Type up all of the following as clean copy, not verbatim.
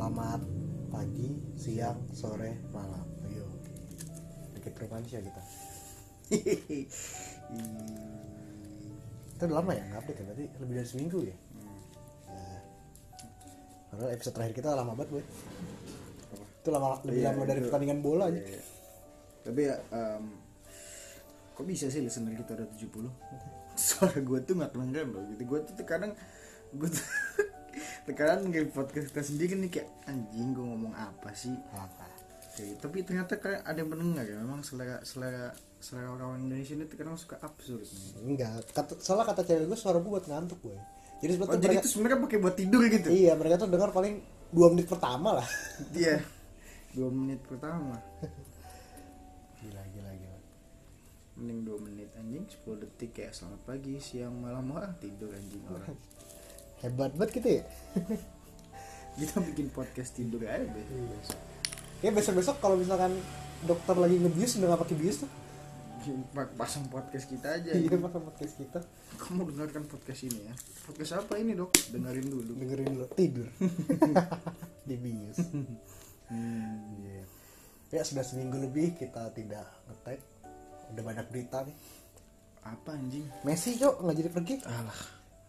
Selamat pagi, siang, sore, malam. Ayo. Bikin Romansia kita. Itu udah lama ya nggak update ya, berarti lebih dari seminggu ya. Nah, padahal episode terakhir kita lama banget boy. Itu lebih lama dari pertandingan bola aja. Iya. Tapi ya kok bisa sih listener kita udah 70? Suara gue tuh gak kedengeran loh gitu. Gue tuh terkadang nge podcast kita sendiri nih kayak anjing gue ngomong apa sih? Kayak, tapi ternyata kayak ada yang mendengar ya. Memang selera orang Indonesia ini terkadang suka absurd nih. Enggak, soalnya kata cewek gue suara gue buat ngantuk gue. Jadi sebetulnya jadi itu sebenarnya pakai buat tidur gitu. Iya, mereka tuh dengar paling 2 menit pertama lah. Iya. 2 menit pertama. Gila. Mending 2 menit anjing, 10 detik kayak selamat pagi, siang, malam, wah tidur anjing orang. Hebat banget gitu ya. Kita bikin podcast tidur aja deh. Kayak besok kalau misalkan dokter lagi nge-bius udah gak pakai bius tuh. Pasang podcast kita aja. Iya, pasang podcast kita. Kamu dengarkan podcast ini ya. Podcast apa ini dok? Dengerin dulu. Tidur. Di bius. Yeah. Ya sudah seminggu lebih kita tidak nge-tag. Udah banyak berita nih. Apa anjing? Messi cok nggak jadi pergi. Alah.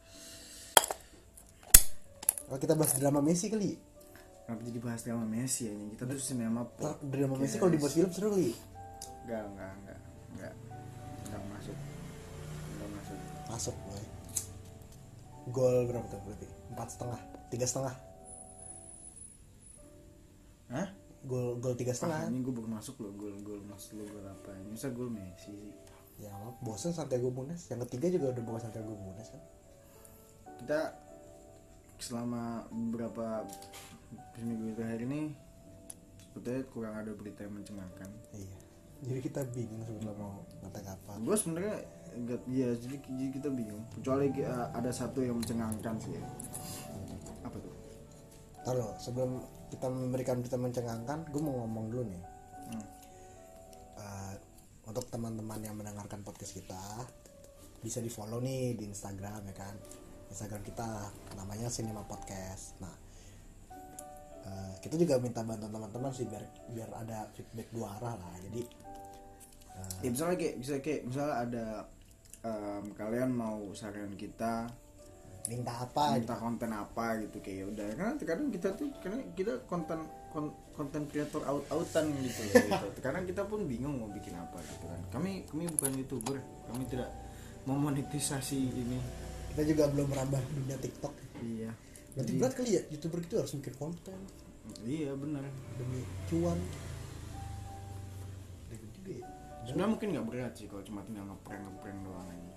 Kalau kita bahas drama Messi kali. Kenapa jadi bahas drama Messi ya? Kita tuh sinema podcast. Drama Messi kalau dibuat film seru kali. Enggak masuk. Masuk boy. Gol berapa tuh berarti? 4,5, 3,5. Hah? Gol 3,5. Ini gue baru masuk loh, gol masuk lo gol apa? Masa gol Messi sih? Ya bosan Santiago Munes. Yang ketiga juga udah bukan Santiago Munes kan. Kita selama beberapa minggu terakhir ini sebetulnya kurang ada berita yang mencengangkan. Iya. Jadi kita bingung sebetulnya mau ngetek apa. Gue sebenarnya enggak, ya jadi kita bingung. Kecuali ada satu yang mencengangkan sih. Apa tuh? Taruh sebelum kita memberikan berita mencengangkan, gue mau ngomong dulu nih. Untuk teman-teman yang mendengarkan podcast kita, bisa di follow nih di Instagram ya kan. Instagram kita namanya Cinema Podcast. Nah, kita juga minta bantuan teman-teman sih biar ada feedback dua arah lah. Jadi ya misalnya ada kalian mau saran kita minta konten apa gitu, kayak udah karena terkadang kita tuh karena kita konten kreator out-outan gitu loh gitu. Karena kita pun bingung mau bikin apa gitu kan. Kami bukan YouTuber, kami tidak memonetisasi ini. Kita juga belum merambah dunia TikTok. Iya. Berarti berat kali ya YouTuber itu harus bikin konten. Iya benar. Demi cuan. Gede. Sebenarnya mungkin nggak berat sih kalau cuma tinggal ngeprank doang aja.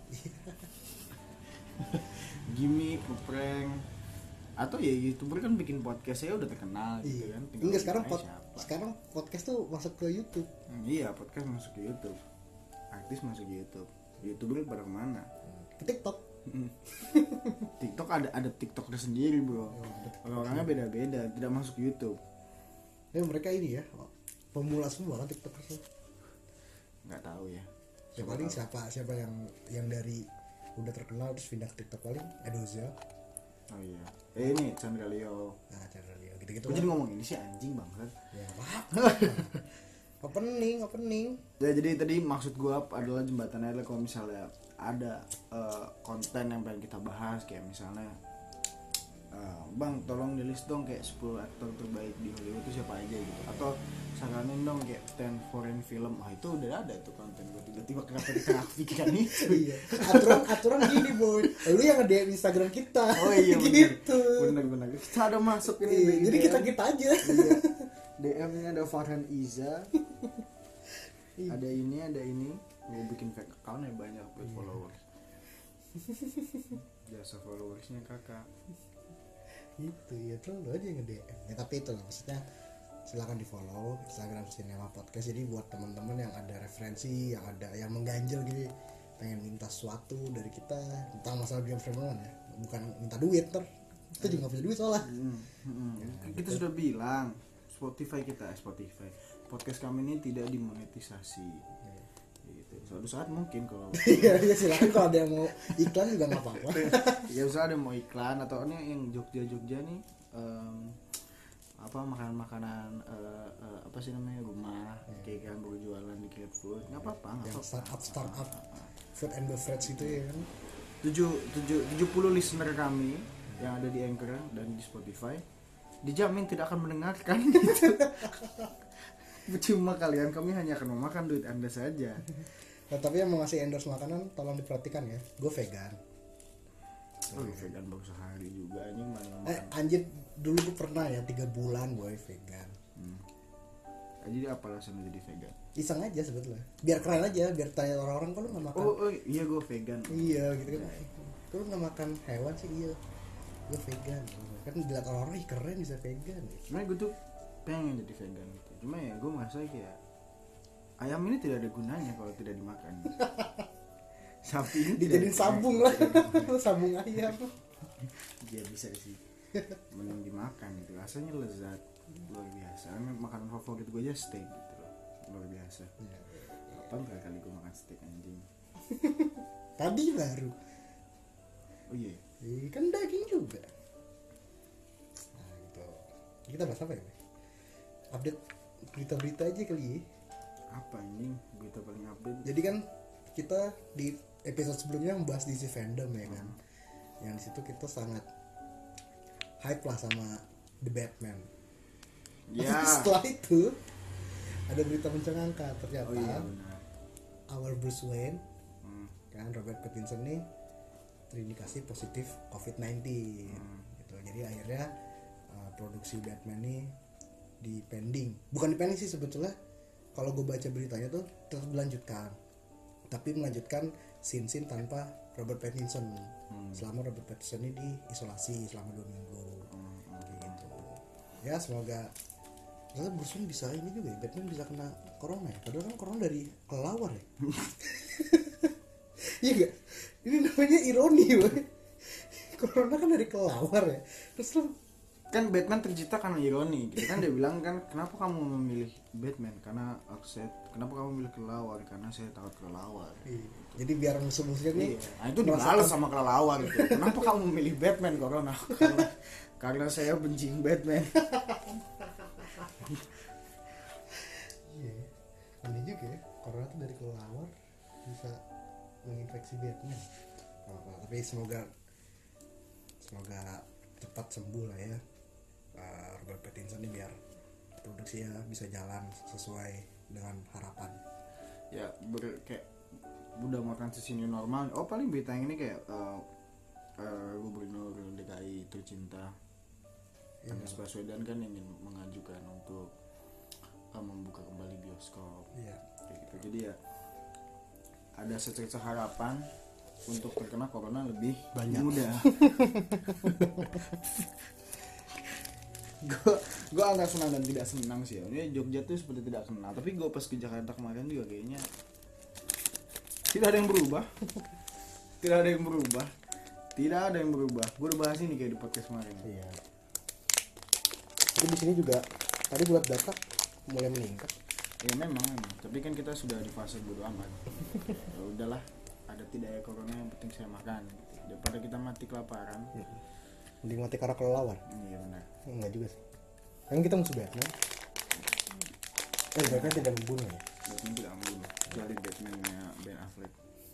Gimmick, ngeprank, atau ya YouTuber kan bikin podcast saya udah terkenal gitu kan. Enggak, sekarang podcast tuh masuk ke YouTube. Iya, podcast masuk ke YouTube. Artis masuk ke YouTube. YouTuber pada kemana? Ke TikTok. TikTok ada TikTok sendiri bro. Orang-orangnya beda-beda, tidak masuk ke YouTube. Ya mereka ini ya pemula semua kan TikTokers. Nggak tahu ya. Ya paling siapa yang dari udah terkenal terus pindah ke TikTok paling Edozel. Oh iya. Ini Chandra Leo. Nah, Chandra Leo gitu-gitu. Kok jadi ngomong ini sih anjing banget. Ya apa? Opening. Ya jadi tadi maksud gua adalah jembatannya adalah kalau misalnya ada konten yang pengen kita bahas kayak misalnya bang tolong di list dong kayak 10 aktor terbaik di Hollywood itu siapa aja gitu, atau saranin dong kayak 10 foreign film. Itu udah ada tuh konten gua, tiba-tiba kenapa di tengah pikiran itu. Iya. Aturan gini boy, lu yang nge-DM Instagram kita. Oh iya gitu. Bener kita ada masuk ini. Iya, jadi kita aja. Iya. DM-nya ada Farhan Iza. ada ini gue bikin fake account ya banyak buat followers. Jasa followersnya kakak gitu ya, tuh lo aja yang nge-DM ya. Tapi itu lah maksudnya, silakan di follow Instagram Cinema Podcast. Jadi buat teman-teman yang ada referensi, yang mengganjal gitu, pengen minta sesuatu dari kita tentang masalah game film ya, bukan minta duit, kita juga nggak punya duit soalnya. Ya, kita sudah bilang Spotify podcast kami ini tidak dimonetisasi. Gitu. Suatu saat mungkin kalau iya silakan, kalau ada yang mau iklan juga nggak apa-apa. Ya misalnya ada yang mau iklan atau ini yang Jogja nih makanan apa sih namanya rumah kayak kan baru jualan di GrabFood nggak apa-apa yang startup food and beverage itu ya kan. 70 listener kami yang ada di Anchor dan di Spotify dijamin tidak akan mendengarkan gitu. Cuma kalian, kami hanya akan memakan duit Anda saja. Nah, tapi yang mau ngasih endorse makanan tolong diperhatikan ya, gue vegan. Oh, vegan baru sehari juga ini mana anjir, dulu gue pernah ya 3 bulan boy vegan. Jadi apa alasan jadi vegan? Iseng aja sebetulnya, biar keren aja, biar tanya orang-orang kok lu nggak makan. Oh iya gue vegan. Iya gitu kan, kok lu nggak makan hewan sih? Iya, gue vegan. Kan dilihat orang-orang, ih keren bisa vegan. Sebenarnya gue tuh pengen jadi vegan gitu. Cuma ya gue merasa kayak ayam ini tidak ada gunanya kalau tidak dimakan. Sapi ini dijadiin sabung lah. Sabung ayam. Iya bisa sih. Mending dimakan gitu. Rasanya lezat luar biasa. Makanan favorit gue aja steak gitu loh. Luar biasa. Kapan kali gue makan steak anjing? Tadi baru. Oh iya. Kan daging juga. Nah gitu. Kita bahas apa ya? Update berita-berita aja kali ya. Apa anjing? Berita paling update. Jadi kan kita di episode sebelumnya membahas DC fandom ya kan. Yang di situ kita sangat hype lah sama The Batman. Ya. Setelah itu ada berita mencengangkan, ternyata benar. Our Bruce Wayne kan Robert Pattinson nih terindikasi positif COVID-19 gitu. Jadi akhirnya produksi Batman nih bukan dipending sih sebetulnya. Kalau gue baca beritanya tuh tetap dilanjutkan, tapi melanjutkan scene tanpa Robert Pattinson selama Robert Pattinson ini diisolasi selama 2 minggu gitu. Ya semoga ternyata Bruce Wayne bisa ini juga ya, Batman bisa kena corona ya, padahal kan corona dari kelelawar ya. Iya gak? Ini namanya ironi woy. Corona kan dari kelelawar ya. Terus lu kan Batman tercipta karena ironi gitu kan. Dia bilang kan, kenapa kamu memilih Batman? Karena kenapa kamu memilih kelelawar? Karena saya takut kelelawar. Jadi biar musuh-musuhnya nih Nah itu dibalas sama kelelawar gitu. Kenapa kamu memilih Batman corona? Karena saya benci Batman. Iya, aneh juga ya, corona tuh dari kelelawar bisa menginfeksi Batman. Tapi semoga cepat sembuh lah ya Robert Pattinson ini, biar produksinya bisa jalan sesuai dengan harapan. Ya kayak udah mau transisi new normal. Oh paling berita yang ini kayak Gubernur DKI tercinta Anies Baswedan kan ingin mengajukan untuk membuka kembali bioskop. Kayak gitu. Jadi ya ada secerca harapan untuk terkena corona lebih banyak. Mudah. Gue agak senang dan tidak senang sih ya. Ini Jogja tuh seperti tidak kenal. Tapi gue pas ke Jakarta kemarin juga kayaknya tidak ada yang berubah. Tidak ada yang berubah. Gue udah bahas ini kayak di podcast kemarin. Iya. Tapi di sini juga tadi gue lihat data mulai meningkat. Ya memang. Tapi kan kita sudah di fase bodo amat. Ya udahlah. Ada tidak ya corona, yang penting saya makan gitu. Daripada kita mati kelaparan. Mending mati karena kelelawar. Iya benar. Enggak juga sih. Kan kita musuh Batman. Batman tidak membunuh ya. Batman tidak membunuh. Kecuali Batman-nya Ben Affleck.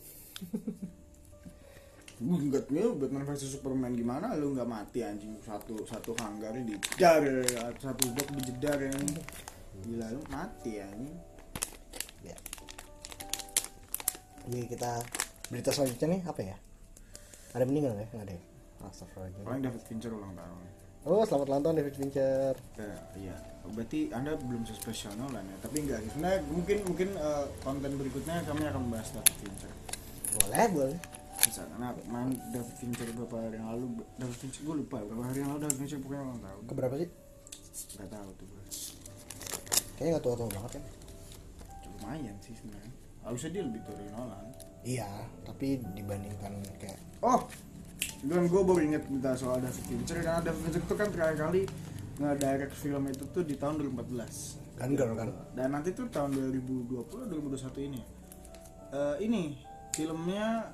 Batman versus Superman gimana? Lu nggak mati anjing, satu hanggar dijedar, satu blok dijedar ini. Gila lu mati anjing. Ya. Jadi kita berita selanjutnya nih apa ya? Ada meninggal ya? Nggak ada ya? Astagfirullahaladzim. Paling David Fincher ulang tahun. Oh selamat ulang tahun David Fincher. Iya. Berarti Anda belum sespesial Nolan ya? Tapi enggak. Sebenarnya mungkin konten berikutnya kami akan membahas David Fincher. Boleh. Bisa karena David Fincher beberapa hari yang lalu. David Fincher gue lupa beberapa hari yang lalu David Fincher pokoknya ulang tahun. Keberapa sih? Gak tahu tuh gue. Kayaknya nggak tua-tua banget kan? Lumayan sih sebenarnya. Harusnya dia lebih tua dari Nolan. Iya, tapi dibandingkan kayak Dan gue baru inget kita soal David Fincher, karena David Fincher itu kan terakhir kali nge-direct film itu tuh di tahun 2014 kan. Dan nanti tuh tahun 2020 2021 ini ini filmnya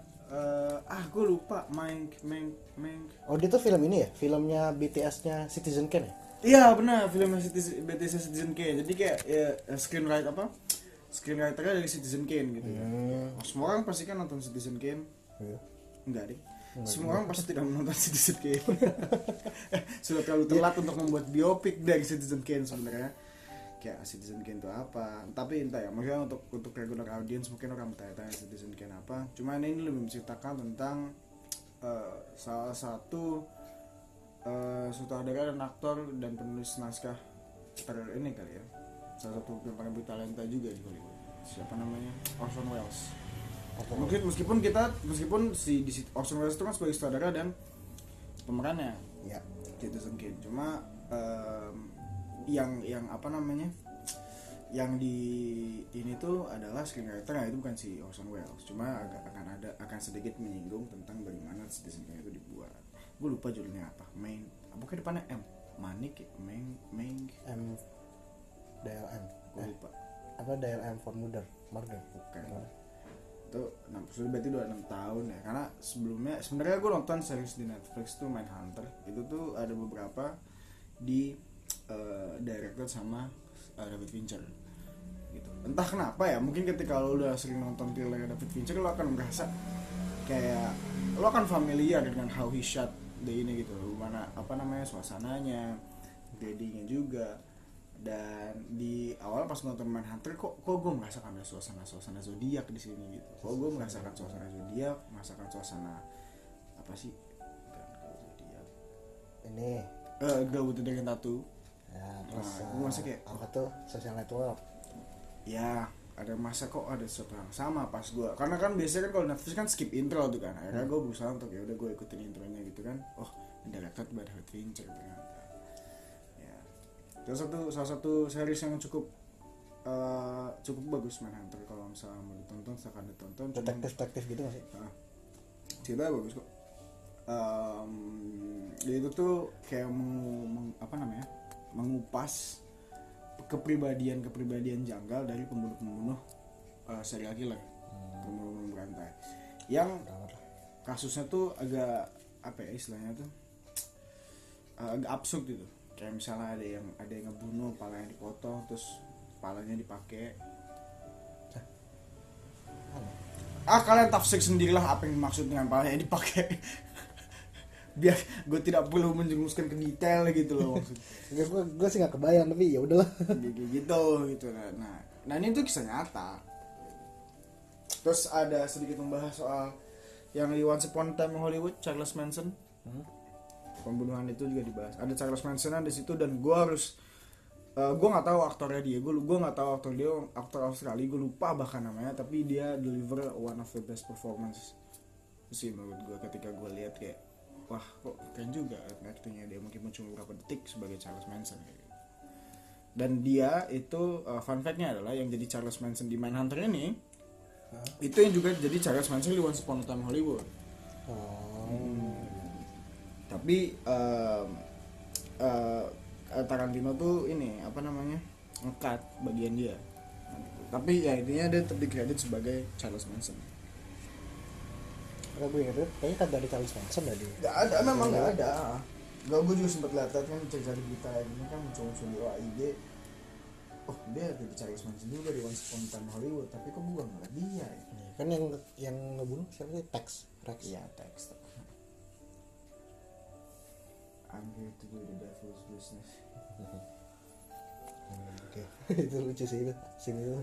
gue lupa Mank. Oh dia tuh film ini ya? Filmnya BTS-nya Citizen Kane ya? Iya benar, film BTS Citizen Kane. Jadi kayak ya, screenwriternya dari Citizen Kane gitu ya. Semua orang pasti kan nonton Citizen Kane. Iya. Enggak deh. Semua orang pasti tidak menonton Citizen Kane. Sudah terlalu telat untuk membuat biopik dari Citizen Kane sebenarnya. Kayak Citizen Kane itu apa? Tapi entah ya, maksudnya untuk regular audience mungkin orang bertanya-tanya Citizen Kane apa. Cuma ini lebih menceritakan tentang salah satu sutradara dan aktor dan penulis naskah ini kali ya, salah satu yang paling bertalenta juga di Hollywood. Siapa namanya? Orson Welles. Meskipun si Orson Welles itu kan sebagai sutradara dan pemerannya Ya. Citizen Kane. Cuma yang apa namanya? Yang di ini tuh adalah screenwriter, itu bukan si Orson Welles. Cuma akan sedikit menyinggung tentang bagaimana Citizen Kane itu dibuat. Gue lupa judulnya apa. Bukan depannya M. Manik, Meng. M DLM. Gue lupa. Apa DLM for Murder? Bukan. Itu sudah berarti udah 6 tahun ya. Karena sebelumnya sebenarnya gue nonton series di Netflix tuh Mindhunter. Itu tuh ada beberapa di directed sama David Fincher. Gitu. Entah kenapa ya, mungkin ketika lo udah sering nonton thriller David Fincher, lo akan merasa kayak lo akan familiar dengan how he shot ini gitu, mana apa namanya suasananya, gradingnya juga. Dan di awal pas nonton Manhunter kok gue merasakan ada suasana zodiak di sini gitu. Kok gue merasakan suasana zodiak, merasakan suasana apa sih? Zodiak. Ini Girl with the Dragon Tattoo. ya, terus gue masa kayak apa tuh social network. Ya ada masa kok ada sesuatu yang sama pas gue, karena kan biasanya kan kalau Netflix kan skip intro tuh kan, akhirnya gue berusaha untuk ya udah gue ikutin intronya gitu kan, directed by David Fincher ternyata. Ya itu salah satu series yang cukup bagus Manhunter, kalau misalnya mau ditonton silakan ditonton. Detektif gitu nggak sih? Cerita bagus kok. Dia itu tuh kayak mengupas kepribadian janggal dari pembunuh serial killer, pembunuh berantai, yang kasusnya tuh agak apa ya istilahnya tuh agak absurd gitu. Kayak misalnya ada yang ngebunuh, palanya dipotong, terus palanya dipakai. Kalian tafsir sendirilah apa yang dimaksud dengan palanya dipakai. Biar gue tidak perlu menjerumuskan ke detail gitu loh maksudnya. gue sih nggak kebayang, tapi ya udahlah. gitu. Nah ini tuh kisah nyata. Terus ada sedikit membahas soal yang di Once Upon a Time in Hollywood, Charles Manson. Pembunuhan itu juga dibahas. Ada Charles Manson di situ, dan gue nggak tahu aktornya dia. Gue nggak tahu aktor Australia. Gue lupa bahkan namanya. Tapi dia deliver one of the best performance sih menurut gue. Ketika gue lihat kayak, wah kok keren juga actingnya dia, mungkin cuma beberapa detik sebagai Charles Manson gitu. Dan dia itu fun fact-nya adalah yang jadi Charles Manson di Mindhunter ini, itu yang juga jadi Charles Manson di Once Upon a Time in Hollywood. Tapi Tarantino tuh ini apa namanya nge-cut bagian dia. Tapi ya intinya dia tetap dikredit sebagai Charles Manson. Kalau gue ingat kayaknya kan dari Charles Manson tadi. Gak ada, memang gak ada. Gue juga sempat lihat kan cari berita ini kan muncul di OAID. Dia jadi Charles Manson juga di Once Upon a Time in Hollywood, tapi kok gue gak ngeliat dia ya? Kan yang ngebunuh siapa sih? Rex. Iya, Tex. I'm here to do the devil's business. Oke. Itu lucu sih itu. Sini itu.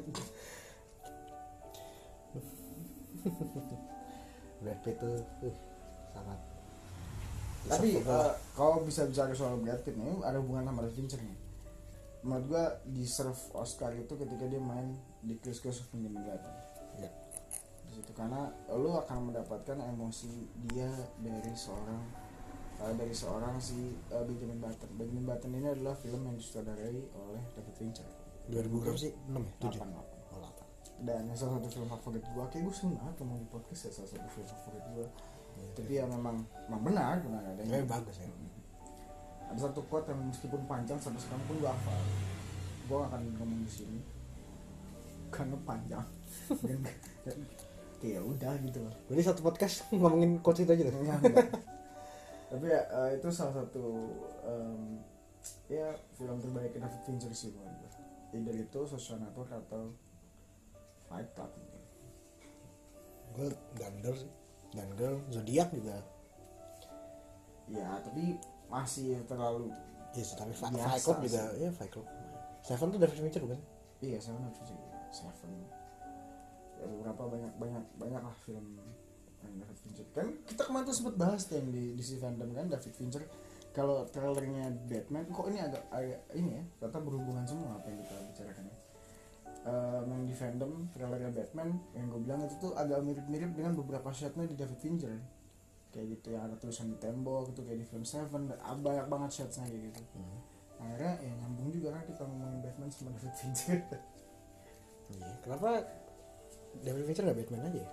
Brad Pitt tuh sangat. Tapi kalau bisa bicara soal Brad Pitt nih, ada hubungan sama David Fincher nih. Menurut gue deserve Oscar itu ketika dia main di Curse of Benjamin Button. Ya. Di situ karena lo akan mendapatkan emosi dia dari seorang si Benjamin Button. Benjamin Button ini adalah film yang disutradarai oleh David Fincher. 2000 berapa sih? 6 ya? 7? 8. Dan yang salah satu film favorit gue, kayak gue seneng banget ngomong di podcast ya, salah satu film favorit gue. Ya, tapi ya memang benar ada yang bagus ya. Ada satu quote yang meskipun panjang sampai sekarang pun gue hafal. Gue akan ngomong di sini karena panjang. Ya udah gitu loh. Jadi satu podcast ngomongin quotes itu aja deh. Tapi ya itu salah satu ya film terbaik David Fincher sih menurut gue. Either itu Social Network atau Fight Club mungkin. Gue Gundam sih, Gundam, Zodiac juga. Ya tapi masih terlalu Yes, tapi biasa Fight Club juga, sih. ya Fight Club. Seven tuh David Fincher bukan? Iya, Seven ya beberapa banyak lah film yang David Fincher. Kan kita kemarin tuh sempat bahas tuh yang di DC Fandom kan, David Fincher kalau trailernya Batman kok ini agak ini ya, ternyata berhubungan semua apa yang kita bicarakan ya. Yang di fandom trailernya Batman yang gue bilang itu tuh agak mirip-mirip dengan beberapa shotnya di David Fincher kayak gitu, yang ada tulisan di tembok itu kayak di film Seven, banyak banget shotnya kayak gitu. Akhirnya ya nyambung juga kan kita ngomongin Batman sama David Fincher. Iya. Kenapa David Fincher nggak Batman aja ya?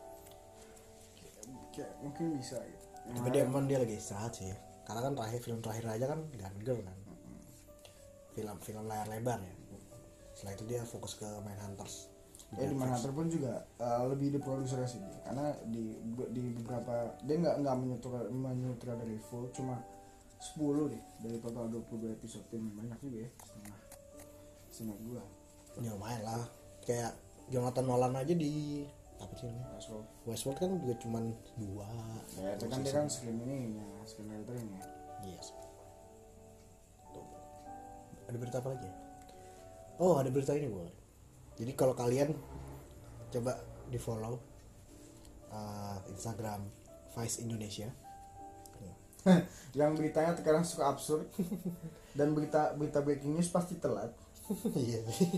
Kayak mungkin bisa gitu. Tapi dia emang dia lagi istirahat sih. Karena kan film terakhir aja kan Gone Girl kan. Film layar lebar ya. Setelah itu dia fokus ke Mindhunters. Di Mindhunter pun juga lebih di produser sih dia. Karena di beberapa dia nggak menyutradari full, cuma 10 deh dari total 22 episode, yang banyak juga ya, setengah gua. Ya lumayan lah. Kayak Jonathan Nolan aja di apa sih namanya? Westworld kan juga cuma 2. Ya itu kan dia kan screenwriter-nya. Yes. Tuh. Ada berita apa lagi ya? Oh, ada berita ini, Bu. Jadi kalau kalian coba di follow Instagram Vice Indonesia. Yang beritanya sekarang suka absurd dan berita breaking news pasti telat. Iya.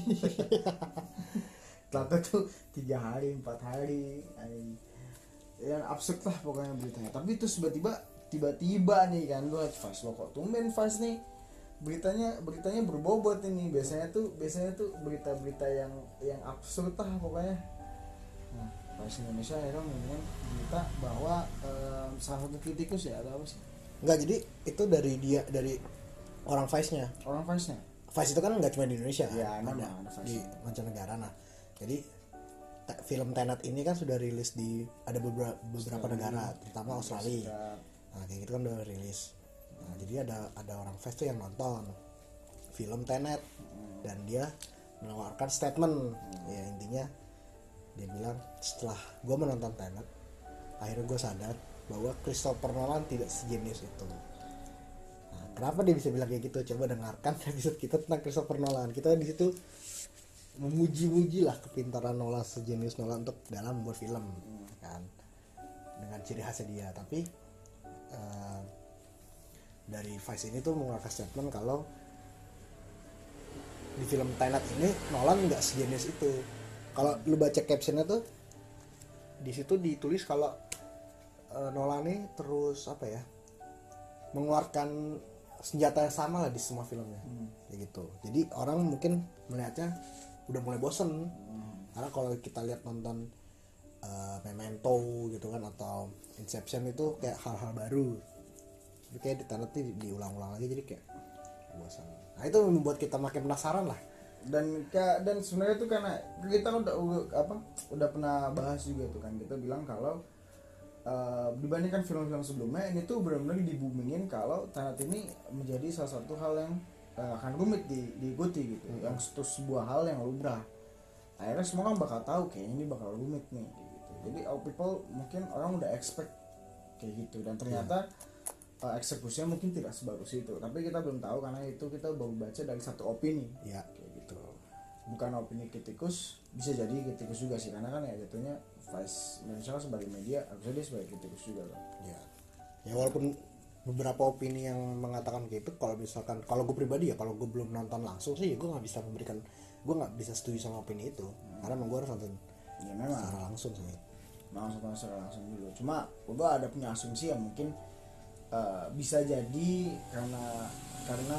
Telatnya tuh 3 hari 4 hari yang absurd lah pokoknya beritanya. Tapi itu tiba-tiba nih kan gue Vice lo kok tumben Vice nih beritanya berbobot ini. Biasanya tuh berita-berita yang absurd lah pokoknya. Nah, Vice Indonesia ya kan ngomongin berita bahwa salah satu kritikus ya atau apa sih? Enggak, jadi itu dari orang Vice-nya. Orang Vice-nya. Vice itu kan nggak cuma di Indonesia kan, Ya, ada Vice. di mancanegara. Nah, jadi film Tenet ini kan sudah rilis di ada beberapa negara, terutama Australia. Nah, kayak gitu kan udah rilis. Nah, jadi ada orang Vice tuh yang nonton film Tenet dan dia mengeluarkan statement. Ya intinya dia bilang, setelah gue menonton Tenet, akhirnya gue sadar bahwa Christopher Nolan tidak sejenius itu. Nah, kenapa dia bisa bilang kayak gitu? Coba dengarkan episode kita tentang Christopher Nolan. Kita di situ memuji-muji lah kepintaran Nolan, sejenius Nolan untuk dalam membuat film, kan, dengan ciri khasnya dia. Tapi dari Vice ini tuh mengeluarkan statement kalau di film Tenet ini Nolan nggak sejenius itu. Kalau lu baca captionnya tuh di situ ditulis kalau Nolan ini terus apa ya, mengeluarkan senjata yang sama lah di semua filmnya, kayak gitu. Jadi orang mungkin melihatnya udah mulai bosen, karena kalau kita lihat nonton Memento gitu kan atau Inception itu kayak hal-hal baru. Jadi kayak di Tenet diulang-ulang lagi, jadi kayak bosan. Nah itu membuat kita makin penasaran lah. Dan sebenarnya itu karena kita udah pernah bahas juga tuh kan, kita bilang kalau dibandingkan film-film sebelumnya ini tuh benar-benar di-boomingin kalau Tenet ini menjadi salah satu hal yang akan rumit diikuti gitu, yang sebuah hal yang lumrah. Akhirnya semua orang bakal tahu kayak ini bakal rumit nih gitu. Jadi all people mungkin orang udah expect kayak gitu, dan ternyata eksekusinya mungkin tidak sebagus itu. Tapi kita belum tahu karena itu kita baru baca dari satu opini. Ya, kayak gitu. Bukan opini kritikus, bisa jadi kritikus juga sih, karena kan ya jatuhnya Vice Indonesia sebagai media harusnya dia sebagai kritikus juga loh. Ya walaupun beberapa opini yang mengatakan kayak itu, kalau misalkan kalau gue pribadi ya, kalau gue belum nonton langsung sih gue nggak bisa setuju sama opini itu, karena emang gue harus nonton ya memang secara langsung sih. Secara langsung dulu. Cuma gue ada punya asumsi yang mungkin bisa jadi karena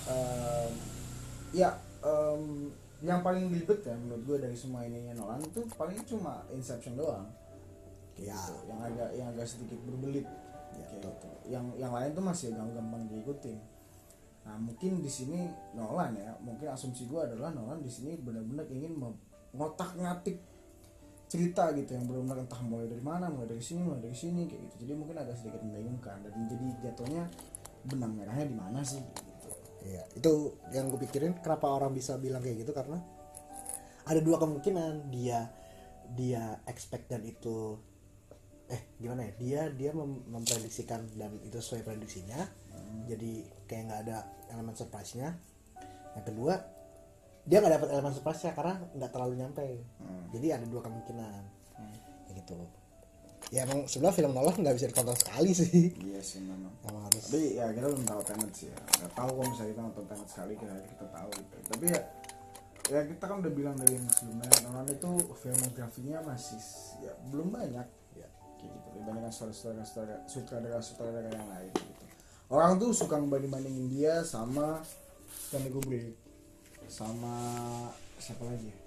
yang paling ribet ya menurut gue dari semua ininya Nolan itu paling cuma Inception doang. Ya. Gitu. Yang agak sedikit berbelit. Ya, gitu. Yang lain tuh masih gampang diikutin. Nah mungkin di sini Nolan ya, mungkin asumsi gue adalah Nolan di sini benar-benar ingin ngotak-ngatik cerita gitu yang benar-benar entah mulai dari mana, mulai dari sini kayak gitu. Jadi mungkin agak sedikit membingungkan dan jadi jatuhnya benang merahnya di mana sih gitu. Iya, itu yang gue pikirin kenapa orang bisa bilang kayak gitu, karena ada dua kemungkinan. Dia expect dan itu gimana ya, dia memprediksikan dan itu sesuai prediksinya, jadi kayak nggak ada elemen surprise-nya. Yang kedua, dia nggak dapat elemen surprise-nya karena nggak terlalu nyampe. Jadi ada dua kemungkinan kayak gitu. Ya emang sebenarnya film Nolan nggak bisa ditonton sekali sih. Iya sih memang. Emang harus. Tapi ya kita belum tahu Tenet sih ya. Nggak tahu kalau misalnya kita nonton Tenet sekali kita tahu gitu. Tapi ya kita kan udah bilang dari yang sebelumnya, Nolan itu filmografinya masih ya belum banyak ya kayak gitu dibandingkan sutradara yang lain gitu. Orang tuh suka ngebanding-bandingin dia sama Stanley Kubrick, sama siapa lagi ya?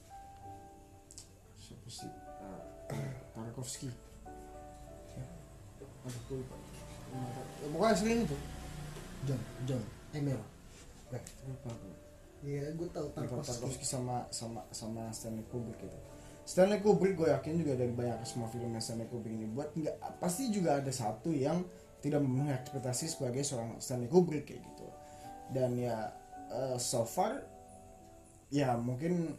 Siapa sih? Tarkovsky. Aduh, lupa. Pokoknya sering itu. John Emil. Lupa. Iya, gue tahu Tarkovsky sama Stanley Kubrick gitu. Stanley Kubrick gue yakin juga dari banyak semua film yang Stanley Kubrick ini buat, nggak pasti juga ada satu yang tidak memenuhi ekspektasi sebagai seorang Stanley Kubrick kayak gitu. Dan ya so far ya mungkin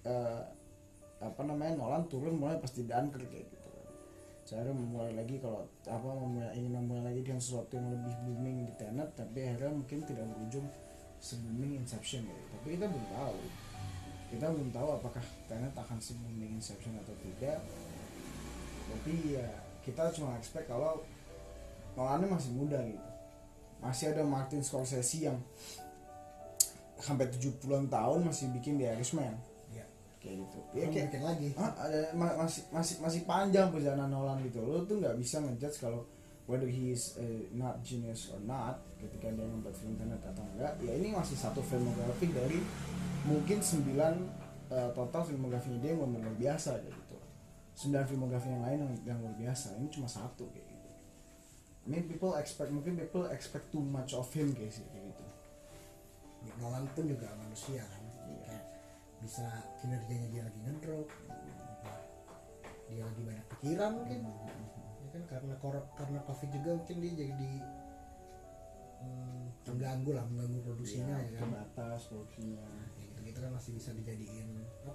Nolan turun mulai pasti Dunkirk kayak gitu. Saya memulai lagi ingin memulai lagi dengan sesuatu yang lebih booming di Tenet, tapi akhirnya mungkin tidak berujung se-booming Inception gitu. Tapi kita belum tahu apakah Tenet akan se-booming Inception atau tidak. Tapi ya kita cuma expect kalau Nolan masih muda gitu. Masih ada Martin Scorsese yang sampai 70-an tahun masih bikin The Irishman. Kayak gitu. Ya kayak bikin lagi. Masih panjang perjalanan Nolan gitu. Lo tuh nggak bisa ngejudge kalau whether he is not genius or not ketika dia membuat film Tenet atau enggak. Ya ini masih satu filmografi dari mungkin 9 total filmografinya dia yang luar biasa kayak gitu. 9 filmografi yang lain yang luar biasa. Ini cuma satu kayak gitu. People expect too much of him kayak gitu. Ya, Nolan pun juga manusia kan. Kayak bisa kinerjanya dia lagi ngedrop, dia lagi banyak pikiran mungkin, ya kan karena COVID juga mungkin dia jadi mengganggu produksinya ya kan, terbatas produksinya, ya, gitu kan masih bisa dijadiin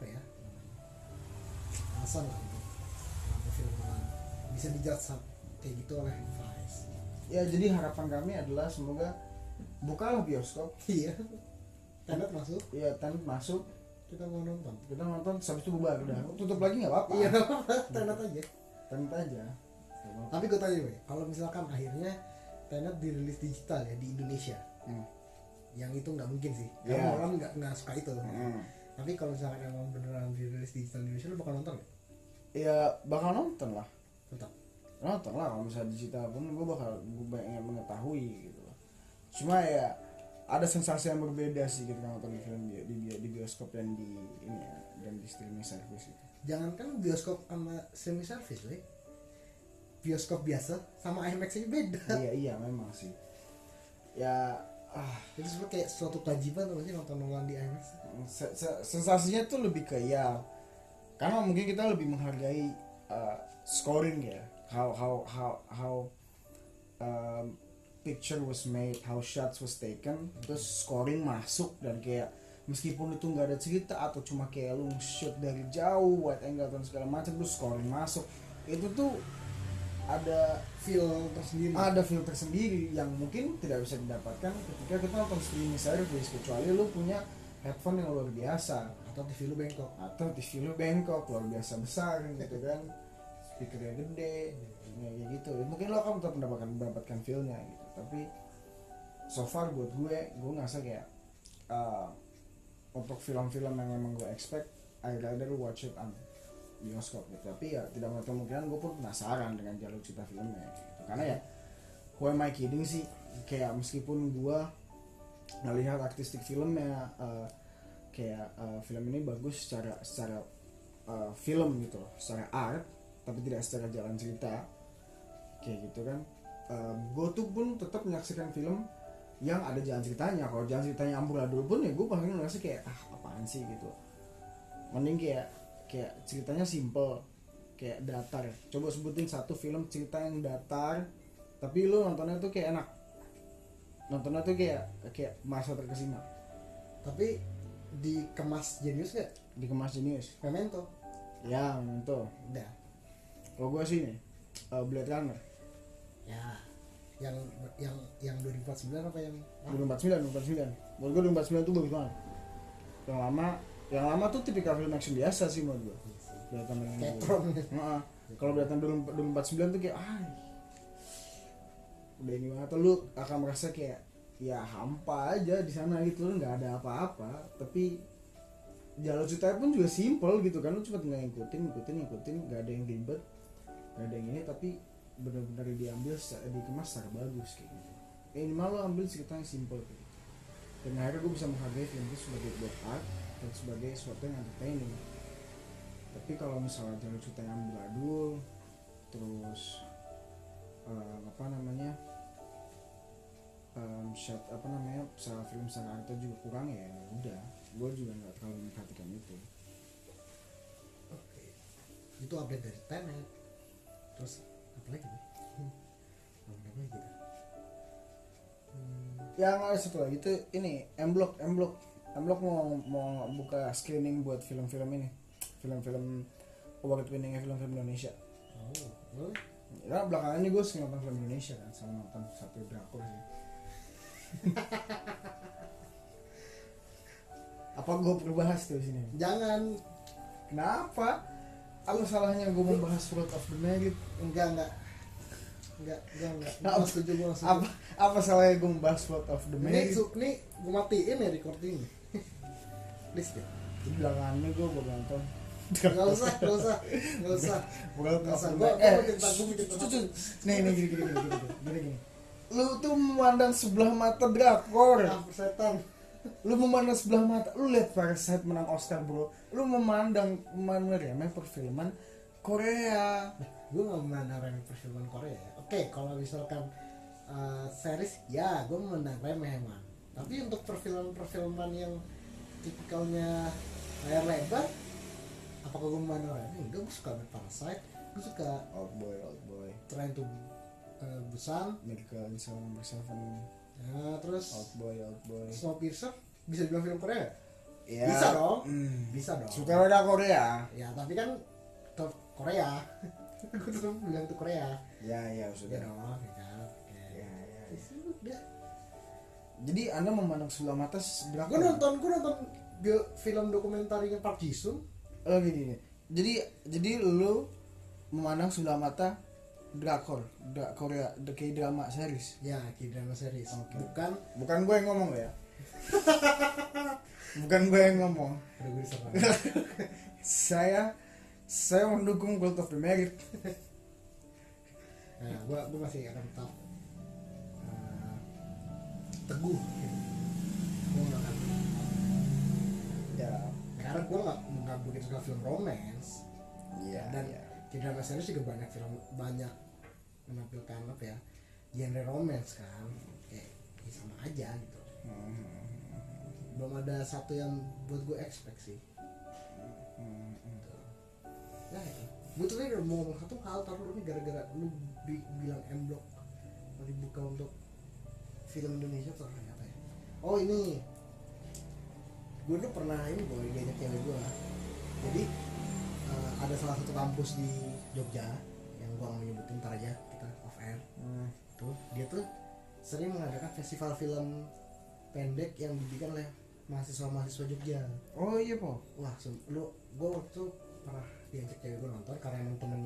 alasan lah gitu kenapa film bisa dijudge kayak gitu oleh Vice. Ya jadi harapan kami adalah semoga bukalah bioskop. Iya, Tenet masuk. Iya, Tenet masuk. Kita nonton habis itu bubar udah tutup lagi nggak apa-apa. Iya, Tenet aja. Tapi gue tanya kalau misalkan akhirnya Tenet dirilis digital ya di Indonesia, yang itu nggak mungkin sih karena orang nggak suka itu. Tapi kalau misalkan emang beneran dirilis digital di Indonesia, lu bakal nonton nggak? Ya bakal nonton lah, tetap nonton lah. Kalau misalnya digital pun gue ingin mengetahui gitu. Cuma ya ada sensasi yang berbeda sih ketika nonton film di bioskop dan di ini ya, dan di streaming service itu. Jangankan bioskop sama streaming service, bioskop biasa sama IMAX aja beda. Iya memang sih. Ya itu sebenarnya kayak suatu kewajiban sih nonton Nolan di IMAX. Sensasinya tuh lebih kayak karena mungkin kita lebih menghargai scoring ya, how picture was made, how shots was taken, terus scoring masuk, dan kayak meskipun itu nggak ada cerita atau cuma kayak lu shoot dari jauh, wide angle dan segala macam, terus scoring masuk, itu tuh ada feel tersendiri yang mungkin tidak bisa didapatkan ketika kita nonton streaming service, kecuali lu punya headphone yang luar biasa atau TV lu bengkok luar biasa besar gitu kan, speakernya gede kayak gitu. Mungkin lo akan tetap mendapatkan feel-nya gitu. Tapi so far buat gue ngerasa kayak untuk film-film yang memang gue expect, I rather watch it on bioskop gitu. Tapi ya tidak menutup kemungkinan gue pun penasaran dengan jalur cerita filmnya gitu. Karena ya who am I kidding sih, kayak meskipun gue ngelihat artistik filmnya kayak film ini bagus secara film gitu loh, secara art, tapi tidak secara jalan cerita kayak gitu kan. Gue tuh pun tetap menyaksikan film yang ada jalan ceritanya. Kalau jalan ceritanya amburadul pun ya gue paling ngerasa kayak apaan sih gitu. Mending kayak ceritanya simple, kayak datar. Coba sebutin satu film cerita yang datar tapi lu nontonnya tuh kayak enak. nontonnya tuh kayak masa terkesima. Tapi dikemas jenius gak? Dikemas jenius. Memento. Ya, Memento. Udah. Kalau gue sih nih Blade Runner. Ya. Yang 2049 apa yang 2049. Menurut gue 2049 tuh bagus banget. Yang lama tuh tipikal film action biasa sih menurut gue. Blade Runner ini. Ketron. Heeh. Kalau Blade Runner 2049 tuh kayak udah ini banget, lu akan merasa kayak ya hampa aja di sana gitu, lu nggak ada apa-apa, tapi jalan ceritanya pun juga simple gitu kan, lu cuma tinggal ngikutin, nggak ada yang ribet, nggak ada yang ini, tapi benar-benar dikemas secara bagus kayak gitu. Ini malah ambil cerita yang simple kayak gitu. Dan akhirnya gue bisa menghargai film itu sebagai buat art dan sebagai sesuatu yang entertaining. Tapi kalau misalnya jalan cerita yang amburadul, terus secara film secara art juga kurang, ya udah, gue juga nggak terlalu memperhatikan itu. Oke. Itu update dari Tenet. Terus apa lagi nih? Apa lagi gitu? Yang ada satu lagi tuh ini M-Block mau buka screening buat film-film ini, film-film award winning film-film Indonesia. Oh, boleh. Ya belakangan ini gue sering nonton film Indonesia kan, sama nonton satu drakor sih. Apa gue perlu bahas tuh sini? Jangan. Kenapa? Apa salahnya gue membahas Fruit of the Merit? Enggak. Apa, Setuju. apa salahnya gue membahas Fruit of the Merit? Ini gue matiin ya recording. Please deh. Di belakangan ini gue bakal nonton. Gak usah. Fruit of the Merit. Nih gini. Lu tuh memandang sebelah mata drakor. Setan. Lu memandang sebelah mata. Lu lihat Parasite menang Oscar, bro. Lu memandang remeh perfilman Korea. Gue gak memandang remeh perfilman Korea ya. Oke, kalau misalkan series, ya gue memandang remeh emang. Tapi untuk perfilman yang tipikalnya layar lebar, apakah gue memandang remeh? Enggak, gue suka banget Parasite. Gue suka Old boy. Train to Busan. Medical Inside Number 7. Ya, terus Old boy. Snowpiercer bisa dibilang film Korea gak? Ya, Bisa dong. Bisa dong. sutradara Korea. Ya, tapi kan Korea. Gue tuh bilang itu Korea. Ya Ya sudah. dong, ya kan. Ya. Udah. Jadi Anda memandang sebelah mata Gue nonton film dokumentarinya Park Ji Sung. Oh gini. Jadi lu memandang sebelah mata drakor Korea, K-drama series. Ya, K-drama series. Okay. Bukan gue yang ngomong ya. Bukan gue yang ngomong. Aduh, gue diserang. Saya mendukung World of the Merit. Nah, gue masih akan tetap teguh. Gue nggak akan. Ya. Karena gue nggak begitu suka film romance. Iya. Dan K-drama series juga banyak menampilkan apa ya, genre romance kan, kayak ya sama aja gitu. Belum ada satu yang buat gue expect sih. Gitu. Nah itu, gue tuh udah mau ngomong satu hal, taruh ini gara-gara lu bilang M-Block mau dibuka untuk film Indonesia atau apa ya? Oh ini, gue dulu pernah diajak cewek gue. Jadi ada salah satu kampus di Jogja yang gua nggak nyebutin, ntar aja kita off air. Tuh dia tuh sering mengadakan festival film pendek yang dibikin oleh mahasiswa Jogja. Oh iya po. Wah, gua waktu itu pernah diajak cewek gua nonton karena emang temen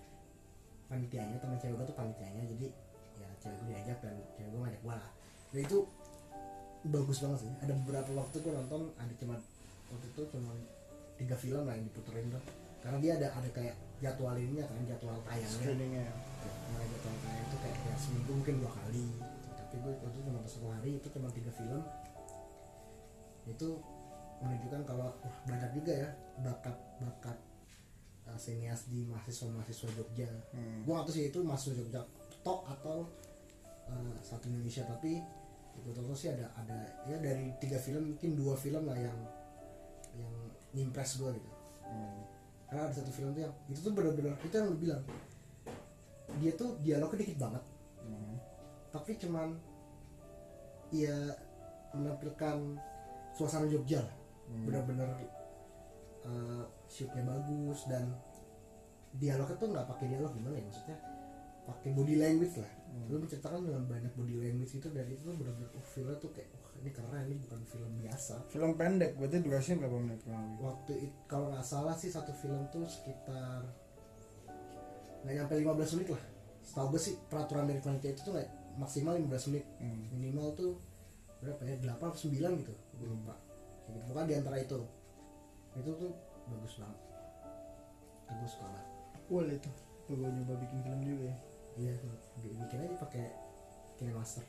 cewek gua tuh panitianya, jadi ya cewek gua diajak dan cewek gua ngajak gua lah. Dan itu bagus banget sih. Ada beberapa waktu gua nonton, waktu itu cuma 3 film lah yang diputerin tuh. Karena dia ada kayak jadwal jadwal tayangnya. Screeningnya. Nah, jadwal tayang itu kayak ya seminggu mungkin 2 kali. Tapi gue waktu itu cuma 1 hari, itu cuma 3 film. Itu menunjukkan kalau banyak juga ya bakat sinias di mahasiswa Jogja. Gue nggak tahu sih itu mahasiswa Jogja tok atau satu Indonesia, tapi betul-betul sih ada ya dari 3 film mungkin 2 film lah yang impress gue gitu. Karena ada satu film tuh yang itu tuh benar-benar itu yang lu bilang, dia tuh dialognya dikit banget, tapi cuman ya menampilkan suasana Jogja lah. Benar-benar shootnya bagus dan dialognya tuh nggak pakai dialog, gimana ya maksudnya, pakai body language lah. Lu menceritakan dengan banyak body language itu, dan itu tuh benar-benar filmnya tuh kayak wah ini keren, ini bukan film biasa. Film pendek, berarti durasinya berapa menit kurang lebih? Waktu itu kalau nggak salah sih satu film tuh sekitar nggak nyampe 15 menit lah. Setahu gue sih peraturan dari panitia itu tuh kayak maksimal 15 menit, minimal tuh berapa ya, 8 atau 9 gitu, gue lupa. Gitu. Bukan di antara itu tuh bagus banget, bagus banget. Boleh tuh gue nyoba bikin film juga ya. Iya, bikin aja pakai KineMaster.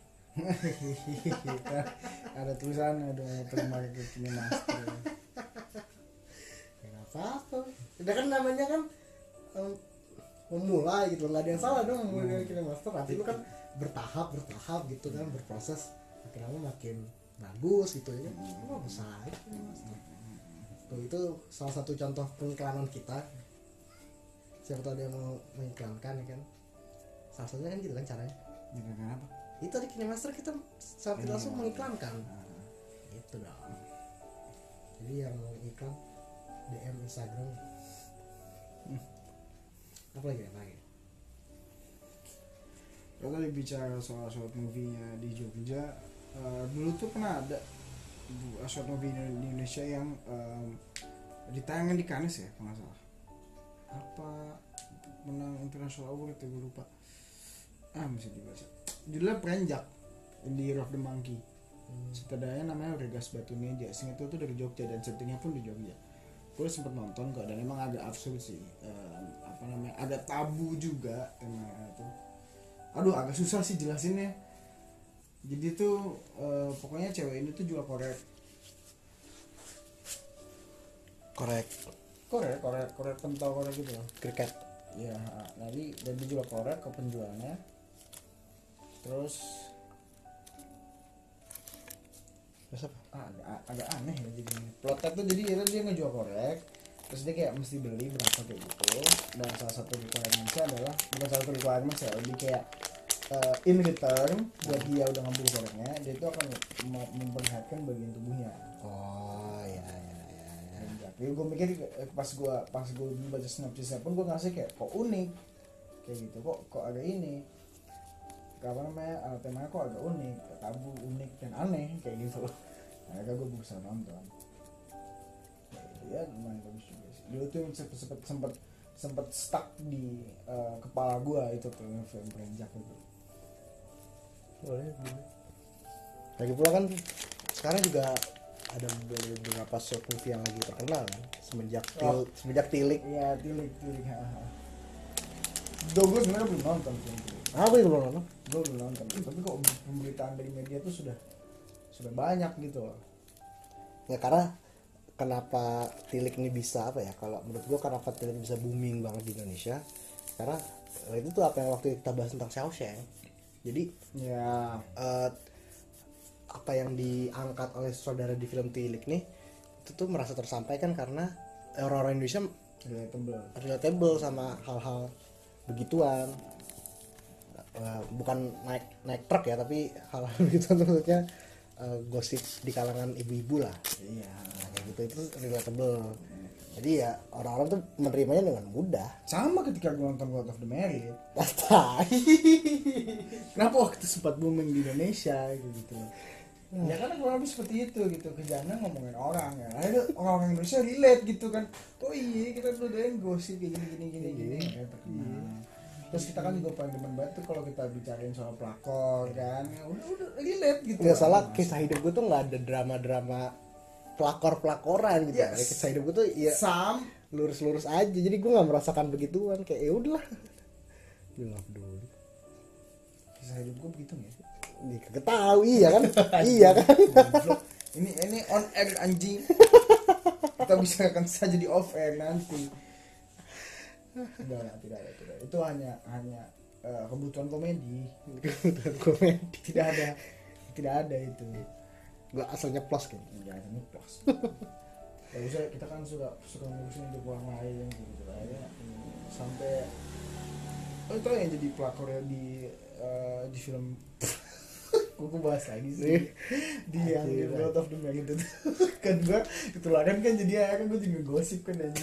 Ada tulisannya dong, terima ke KineMaster. Ya nggak apa-apa, udah kan namanya kan memulai gitu, nggak ada yang salah dong memulai KineMaster. Nanti lu kan bertahap gitu kan, berproses, makin lama makin bagus gitu ya. Bagus aja KineMaster. Tuh, itu salah satu contoh pengiklanan kita. Siapa tahu dia mau mengiklankan ya kan, salah satunya kan gitu kan caranya. Kenapa? Itu di KineMaster kita sampai langsung mengiklankan. Itu dong. Jadi yang mau iklan DM Instagram. Apa lagi? Kalau tadi bicara soal short movie-nya di Jogja, dulu tuh pernah ada short movie di Indonesia yang ditayangkan di Cannes ya, kalau nggak salah. Apa menang International Award ya, gue lupa. Mesti dibaca. Judulnya Perenjak, in the Year of the Monkey. Sutradaranya namanya Regas Batuneja. Seingat itu dari Jogja dan syutingnya pun di Jogja. Gue sempet nonton kok, dan emang agak absurd sih. Agak tabu juga emang itu. Aduh, agak susah sih jelasinnya. Jadi tuh pokoknya cewek ini tuh jual korek pentol korek gitu loh, Kriket. ya. Jadi dan dia jual korek ke penjualnya. Terus apa? Agak aneh ya jadi plotnya tuh. Jadi dia ngejual korek, terus dia kayak mesti beli berapa kayak gitu. Dan salah satu requirement-nya adalah, bukan salah satu requirement ya, lebih kayak in return buat dia udah ngambil koreknya, dia itu akan memperlihatkan bagian tubuhnya. Oh ya. Jadi gue mikir pas gue baca sinopsisnya pun gue ngasih kayak kok unik kayak gitu, kok agak ini, apa namanya, temanya kok agak unik, tabu, unik dan aneh kayak gitu. Nah, gue berusaha nonton. Ya lumayan bagus juga sih. Dulu tuh sempet stuck di kepala gue itu tuh film Perenjak itu. Boleh. Lagi pula kan sekarang juga ada beberapa short movie yang lagi terkenal kan, semenjak Tilik. Iya, Tilik. Gue sebenarnya belum nonton film Tilik. Apa itu belum nonton? Gue belum nonton. Tapi kok pemberitaan dari media tuh sudah banyak gitu loh. Ya karena kenapa Tilik ini bisa apa ya? Kalau menurut gue kenapa Tilik bisa booming banget di Indonesia? Karena itu tuh apa yang waktu kita bahas tentang Shawshank. Jadi ya apa yang diangkat oleh saudara di film Tilik nih itu tuh merasa tersampaikan karena orang-orang Indonesia relatable sama hal-hal begituan. Bukan naik truk ya, tapi hal-hal begituan tuh maksudnya gosip di kalangan ibu-ibu lah. Iya, kayak gitu, itu relatable. Jadi ya orang-orang tuh menerimanya dengan mudah. Sama ketika gue nonton God of the Married. Kenapa waktu sempat booming di Indonesia gitu loh. Ya karena kurang lebih seperti itu gitu, kerjanya ngomongin orang ya. Ada orang Indonesia relate gitu kan. Oh iya, kita tuh doain gosip kayak gini. Terus kita kan juga paling demen banget tuh kalau kita bicarain soal pelakor kan. Udah relate gitu. Nggak salah, kisah hidup gue tuh nggak ada drama-drama pelakor-pelakoran gitu. Yes. Kisah hidup gue tuh ya lurus-lurus aja. Jadi gue nggak merasakan begituan, kayak ya udahlah. Gue nggak peduli. Kisah hidup gue begitu ya. Ketahui iya kan? Iya kan? Ini on air anjing. Kita bisa akan saja di off air nanti. Tidak ada. Itu hanya kebutuhan komedi. Tidak ada itu. Gak asalnya plus kan? Enggak, ini plus. Ya bisa, kita kan suka ngurusin hidup orang lain gitu ya. Sampai itu yang jadi pelakornya di film Gue bahas lagi sih di yang di World of the Man itu kan gue ketularan kan jadi akhirnya gue juga gosip kan aja.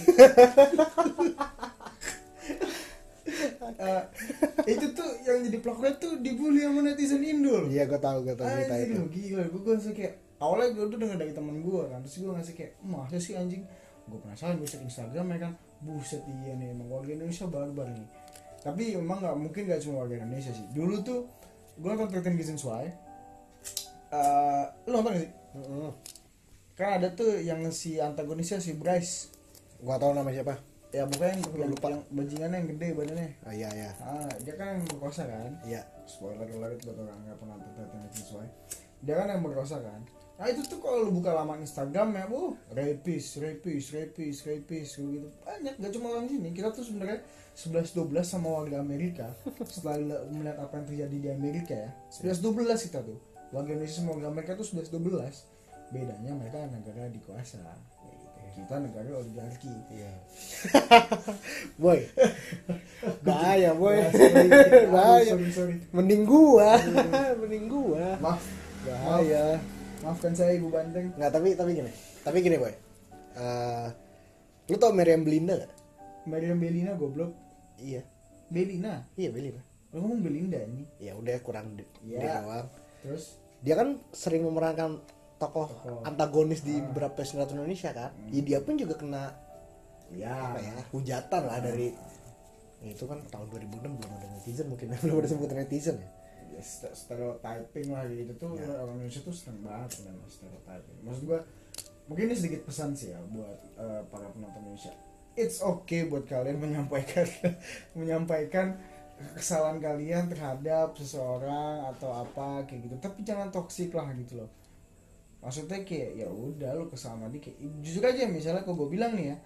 Itu tuh yang jadi pelakunya tuh dibully sama netizen Indo loh. Iya gue tahu cerita Anjing itu. lu gila, gue ngasih kayak awalnya gue tuh denger dari temen gue kan, terus gue ngasih kayak masa sih anjing, gue penasaran, gue cek Instagram ya kan, buset iya nih emang warga Indonesia barbar nih. Tapi emang nggak mungkin nggak cuma warga Indonesia sih. Dulu tuh gue nonton 13 Reasons Why, lu nonton gak sih? Kan ada tuh yang si antagonisnya si Bryce, Gue tahu nama siapa. ya bukan yang bajingannya yang gede badannya. Oh iya ya. Dia kan yang berkosa kan. Iya. Spoiler alert buat orang nggak pernah nonton sesuai. Dia kan yang berkosa kan. Nah itu tuh kalau lu buka laman Instagram ya, rapist gitu banyak. Gak cuma orang sini. Kita tuh sebenarnya 11-12 sama warga Amerika. Setelah melihat apa yang terjadi di Amerika ya, 11-12 kita tuh. Warga Indonesia sama warga Amerika tuh 11-12. Bedanya mereka negara dikuasa. Kita negara oligarki. Iya. Boy. Bahaya, boy. Bahaya. Sorry. Mending gua. Maaf. Bahaya. Maafkan saya Ibu Banteng. Enggak, tapi gini, boy. Lu tau Meriam Belinda gak? Meriam Bellina goblok. Iya. Belina. Iya, Belinda. Lu ngomong Belinda ini. Ya udah kurang dia doang. Terus Dia kan sering memerankan tokoh antagonis di beberapa sinetron Indonesia kan. Ya, dia pun juga kena apa ya, hujatan lah dari itu kan tahun 2006 belum ada netizen, mungkin belum ada sebut netizen ya. ya stereotyping lah gitu tuh ya. Orang Indonesia tuh seneng banget dengan stereotyping. Maksud gua mungkin ini sedikit pesan sih ya buat para penonton Indonesia. It's okay buat kalian menyampaikan kesalahan kalian terhadap seseorang atau apa kayak gitu, tapi jangan toksik lah gitu loh. Maksudnya kayak ya udah lu kesalahan dia kayak jujur aja, misalnya kalau gue bilang nih ya,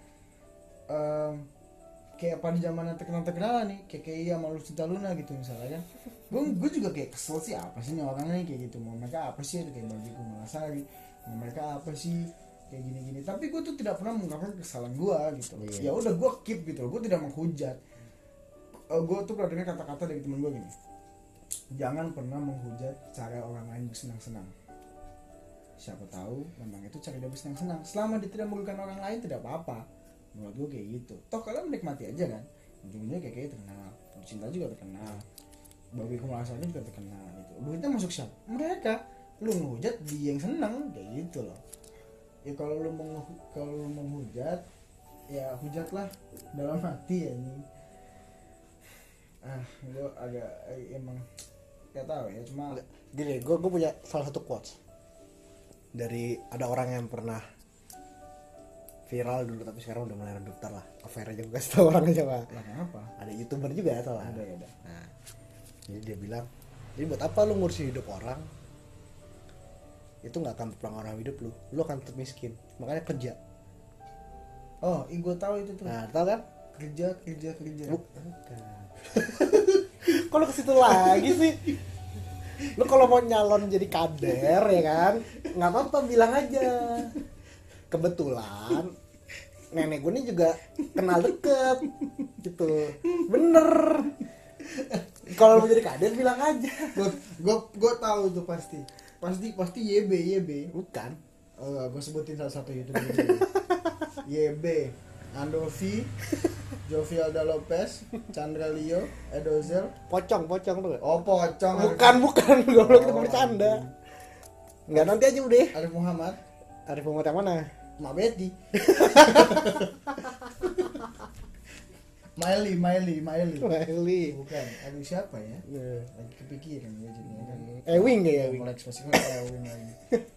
kayak pada zaman terkenal nih kayak iya sama Lucinta Luna gitu misalnya kan, gue juga kayak kesel sih, apa sih nih orangnya kayak gitu, mau mereka apa sih, kayak bagi gue Malasari, mau mereka apa sih kayak gini-gini. Tapi gue tuh tidak pernah mengungkapkan kesalahan gue gitu. Ya udah gue keep gitu, gue tidak menghujat. Gue tuh pernah dengar kata-kata dari temen gue gini, jangan pernah menghujat cara orang lain bersenang-senang. Siapa tahu memang itu cara dia bersenang-senang, selama dia tidak merugikan orang lain tidak apa-apa. Menurut gue kayak gitu. Toh kalian menikmati aja kan. Ujungnya kayak terkenal, Cinta juga terkenal, Bagi Kumalasari juga terkenal gitu. Duitnya masuk siapa? Mereka. Lu menghujat dia yang senang kayak gitu loh. Ya kalau lu menghujat, ya hujatlah dalam hati ya ini. Gue agak emang gak tahu ya, cuma gini, gue punya salah satu quotes dari ada orang yang pernah viral dulu tapi sekarang udah mulai redup lah. Affair aja gue kasih tau orang aja pak. Lah kenapa? Ada YouTuber juga ya salah. Ada. Nah, jadi dia bilang, jadi buat apa lu ngurusin hidup orang? Itu nggak akan berpengaruh hidup lu akan tetap miskin. Makanya kerja. Oh, gue tahu itu tuh. Nah, tahu kan? Kerja. Bukan. Kalau ke situ lagi sih. Lu kalau mau nyalon jadi kader ya kan, nggak apa-apa bilang aja. Kebetulan nenek gue ini juga kenal deket gitu, bener. Kalau mau jadi kader bilang aja. Gue tahu tuh pasti YB. Bukan. Gue sebutin salah satu YouTuber. YB, Andovi, Jovialda Lopez, Chandra Leo, Edozel. Pocong tuh. Oh, pocong. Bukan. Goblok, kita bercanda. Enggak, nanti aja udah. Arif Muhammad yang mana? Mak Betty. Miley. Bukan. Aduh siapa ya? Lagi kepikiran gue jadinya kan. Ewing ya. Lex pasti kan Ewing lagi.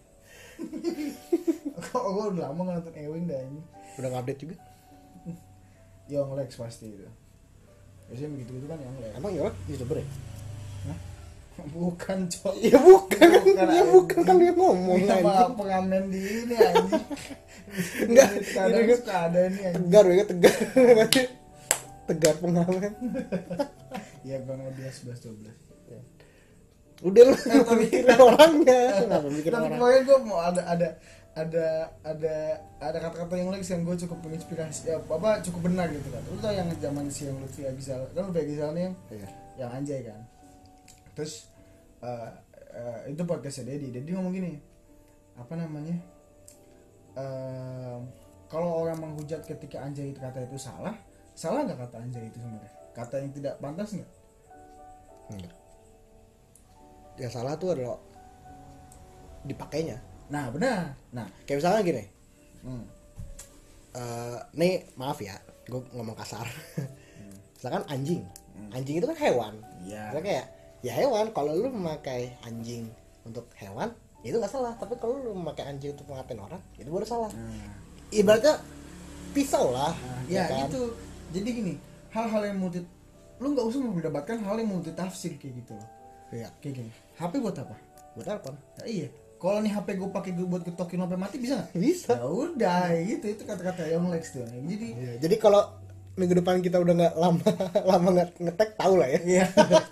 Kok gue udah lama nggak nonton Ewing dah ini. Udah ngupdate juga. Young Lex pasti itu. Biasanya begitu kan Young Lex. Emang ya YouTuber ya? Hah? Bukan, Cok. Ya bukan kan dia ngomong sama pengamen di ini anjing. Enggak, kadang suka ada nih anjing. Tegar. Tegar pengamen. Ya Bang dia 11-12. Ya. Udah lu mikirin orangnya. Kenapa mikirin Tapi orang? kemarin gue mau ada kata-kata yang lagi yang gue cukup menginspirasi ya, cukup benar gitu kan. Lu tau yang zaman si yang Lutfi Agizal kan, Lutfi Agizal nih yang anjay kan. Terus itu podcastnya Dedi ngomong gini, apa namanya, kalau orang menghujat ketika anjay itu kata itu salah nggak kata anjay itu sebenarnya? Kata yang tidak pantas nggak? Enggak. Yang salah tuh adalah dipakainya. Nah benar. Nah Kayak misalnya gini. Nih maaf ya, gue ngomong kasar. Misalkan anjing. Anjing itu kan hewan. Iya. Misalnya kayak ya hewan, kalau lu memakai anjing untuk hewan itu nggak salah, tapi kalau lu memakai anjing untuk ngatain orang itu baru salah. Ibaratnya pisau lah. Ya kan? gitu. Jadi gini, hal-hal yang lu nggak usah mendapatkan hal yang multitafsir kayak gitu loh. Iya. Kayak gini, HP buat apa? Buat telepon. Nah, iya. Kalau nih HP gue pakai buat ketokin sampai mati bisa nggak? Bisa. Ya udah, gitu itu kata-kata yang Lex tuh. Jadi Iya. Jadi kalau minggu depan kita udah nggak lama nggak ngetek, tahu lah ya. iya.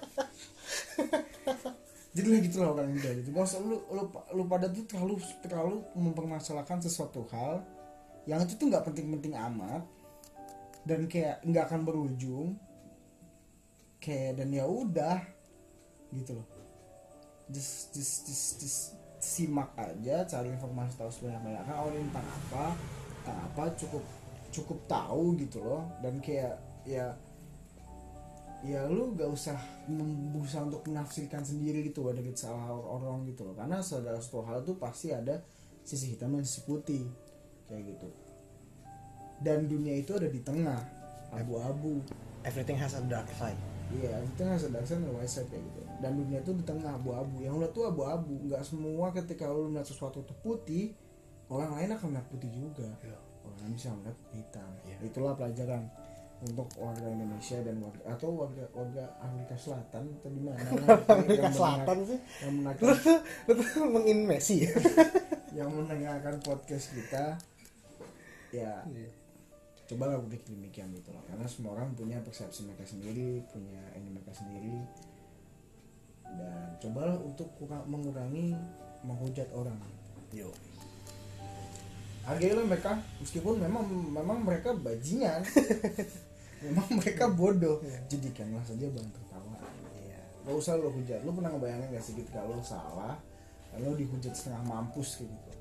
Jadi lah gitu lah orang Indo gitu. Gak usah lu pada tuh terlalu mempermasalahkan sesuatu hal yang itu tuh nggak penting-penting amat dan kayak nggak akan berujung. Kayak dan ya udah gitu loh. Just simak aja, cari informasi tahu sebanyak-banyaknya. Oh ini tentang apa cukup tahu gitu loh. Dan kayak ya lu gak usah berusaha untuk menafsirkan sendiri gitu ada salah orang gitu loh, karena segala sesuatu hal tuh pasti ada sisi hitam dan sisi putih kayak gitu, dan dunia itu ada di tengah abu-abu. Everything has a dark side. Iya, itu nggak sedang dan white side kayak gitu, dan dunia itu di tengah abu-abu. Yang lu tuh abu-abu, nggak semua ketika lu melihat sesuatu itu putih orang lain akan melihat putih juga. Orang lain bisa melihat hitam. Itulah pelajaran untuk warga Indonesia dan warga Afrika Selatan atau di mana Amerika Selatan sih yang lu tuh menginvasi yang mendengarkan podcast kita ya cobalah berpikir demikian gitu loh, karena semua orang punya persepsi mereka sendiri, punya ini mereka sendiri, dan cobalah untuk mengurangi menghujat orang. Yo. Hargailah mereka meskipun memang mereka bajingan. Memang mereka bodoh. Jadikanlah saja bahan tertawa. Iya. Gak usah lo hujat. Lo pernah ngebayangin gak sih ketika lo salah lo dihujat setengah mampus kayak gitu?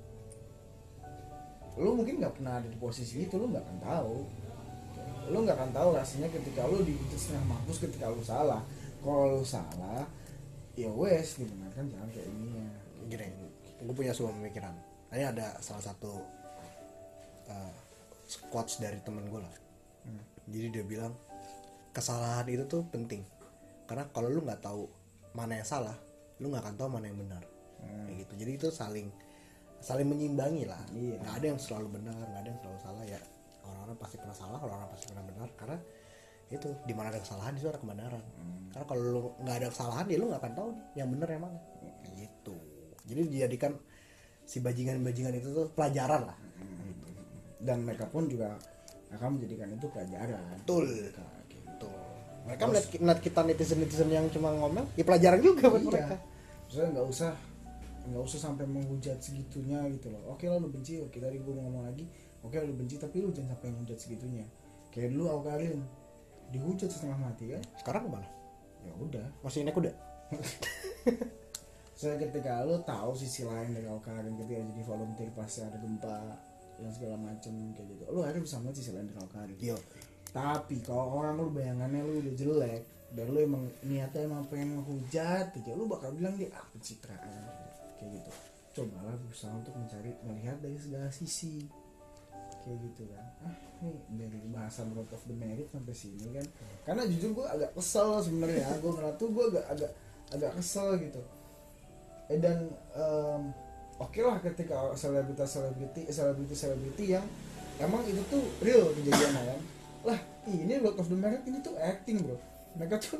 Lo mungkin gak pernah ada di posisi itu, lo gak akan tahu. Lo gak akan tahu rasanya ketika lo dihujat setengah mampus ketika lo salah. Kalau lo salah ya wes dibenarkan, jangan kayak ini ya. Gini, gue punya sebuah pemikiran. Ini ada salah satu quotes dari temen gue lah. Jadi dia bilang kesalahan itu tuh penting, karena kalau lu nggak tahu mana yang salah, lu nggak akan tahu mana yang benar. Kayak gitu. Jadi itu saling menyimbangi lah. Iya. Nggak ada yang selalu benar, nggak ada yang selalu salah ya. Orang-orang pasti pernah salah, orang-orang pasti pernah benar, karena itu di mana ada kesalahan itu ada kebenaran. Karena kalau lu nggak ada kesalahan ya lu nggak akan tahu nih yang benar yang mana. Gitu. Jadi dijadikan si bajingan-bajingan itu tuh pelajaran lah. Dan mereka pun juga akan menjadikan itu pelajaran. Betul. Gitu. Mereka melihat kita netizen yang cuma ngomel, ya pelajaran juga buat mereka. Maksudnya nggak usah sampai menghujat segitunya gitu loh. Oke lah lu benci, oke tadi gue mau ngomong lagi, oke lu benci, tapi lu jangan sampai menghujat segitunya. Kayak dulu Aukarin dihujat setengah mati kan. Sekarang kemana? Ya udah. Masih naik kuda? Saya ketika lu tahu sisi lain dari Aukarin ketika jadi volunteer pasti ada gempa yang segala macem kayak gitu, lu harus bisa melihat sisi lain dari Aukarin. Yo. Tapi kalau orang lu bayangannya lu udah jelek dan lu emang niatnya emang pengen ngehujat aja, lu bakal bilang dia pencitraan kayak gitu. Cobalah berusaha untuk melihat dari segala sisi kayak gitu kan. Nih dari bahasan Road of the Merit sampai sini kan, karena jujur gue agak kesel sebenarnya. Gue ngeliat tuh gue agak kesel gitu. Dan oke lah ketika selebriti yang emang itu tuh real kejadiannya kan. Lah ini Road of the Merit ini tuh acting bro. Mereka tuh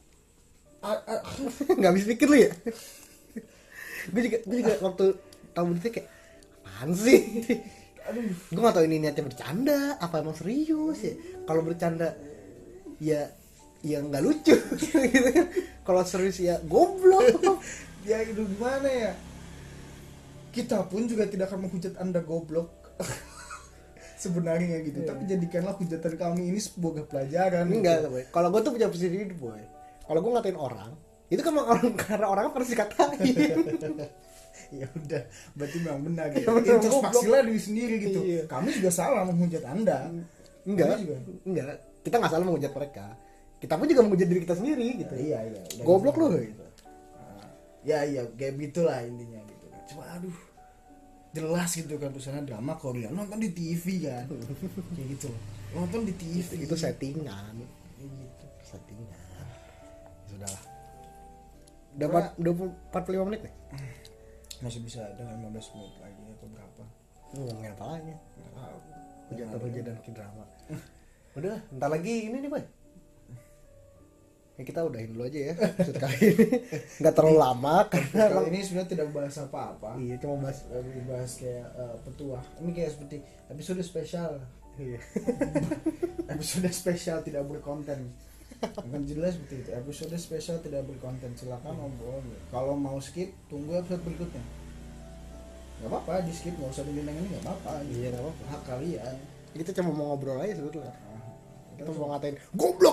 nggak bisa pikir lu ya. gue juga waktu tahu beritanya kayak apaan sih. aduh, Gue nggak tahu ini niatnya bercanda apa emang serius ya. Kalau bercanda ya nggak lucu gitu kan. Kalau serius ya goblok. ya itu gimana ya, kita pun juga tidak akan menghujat Anda goblok sebenarnya gitu. Tapi jadikanlah hujatan kami ini sebuah pelajaran. Enggak, boy. Kalau gue tuh punya prinsip hidup, boy. Kalau gue ngatain orang, Itu kan orang karena orangnya pernah dikatain. Ya udah, berarti memang benar gitu. Ya, bener, Introspeksilah diri sendiri gitu. Iya. Kami juga salah menghujat Anda. Enggak, Kami juga. enggak. Kita nggak salah menghujat mereka. Kita pun juga menghujat diri kita sendiri gitu. Iya iya. Udah Goblok gitu. lu gitu. Ya iya, kayak gitulah intinya gitu. Cuma aduh, jelas gitu kan tulisannya drama Korea. Nonton di TV kan. Kayak gitu loh. Nonton di TV. Itu settingan. Gitu. Settingan. Sudahlah. Dapat 45 menit nih. Masih bisa ada 15 menit lagi atau berapa? Ngomongin apa lagi? Nggak tahu. Hujatan dan drama. Udah, bentar lagi ini nih, Boy. Ya kita udahin dulu aja ya episode kali ini. Enggak terlalu lama karena Kali ini sebenarnya tidak bahas apa-apa. iya cuma bahas Lebih bahas kayak petuah. Ini kayak seperti episode spesial. iya. Episode spesial tidak berkonten. Akan jelas seperti itu. Episode spesial tidak berkonten. Silakan ngobrol. Kalau mau skip, tunggu episode berikutnya. Gak apa-apa, di skip, nggak usah dengerin yang ini, nggak apa-apa. Iya, nggak apa-apa. Hak kalian. Kita cuma mau ngobrol aja sebetulnya. Kita Kita mau ngatain goblok.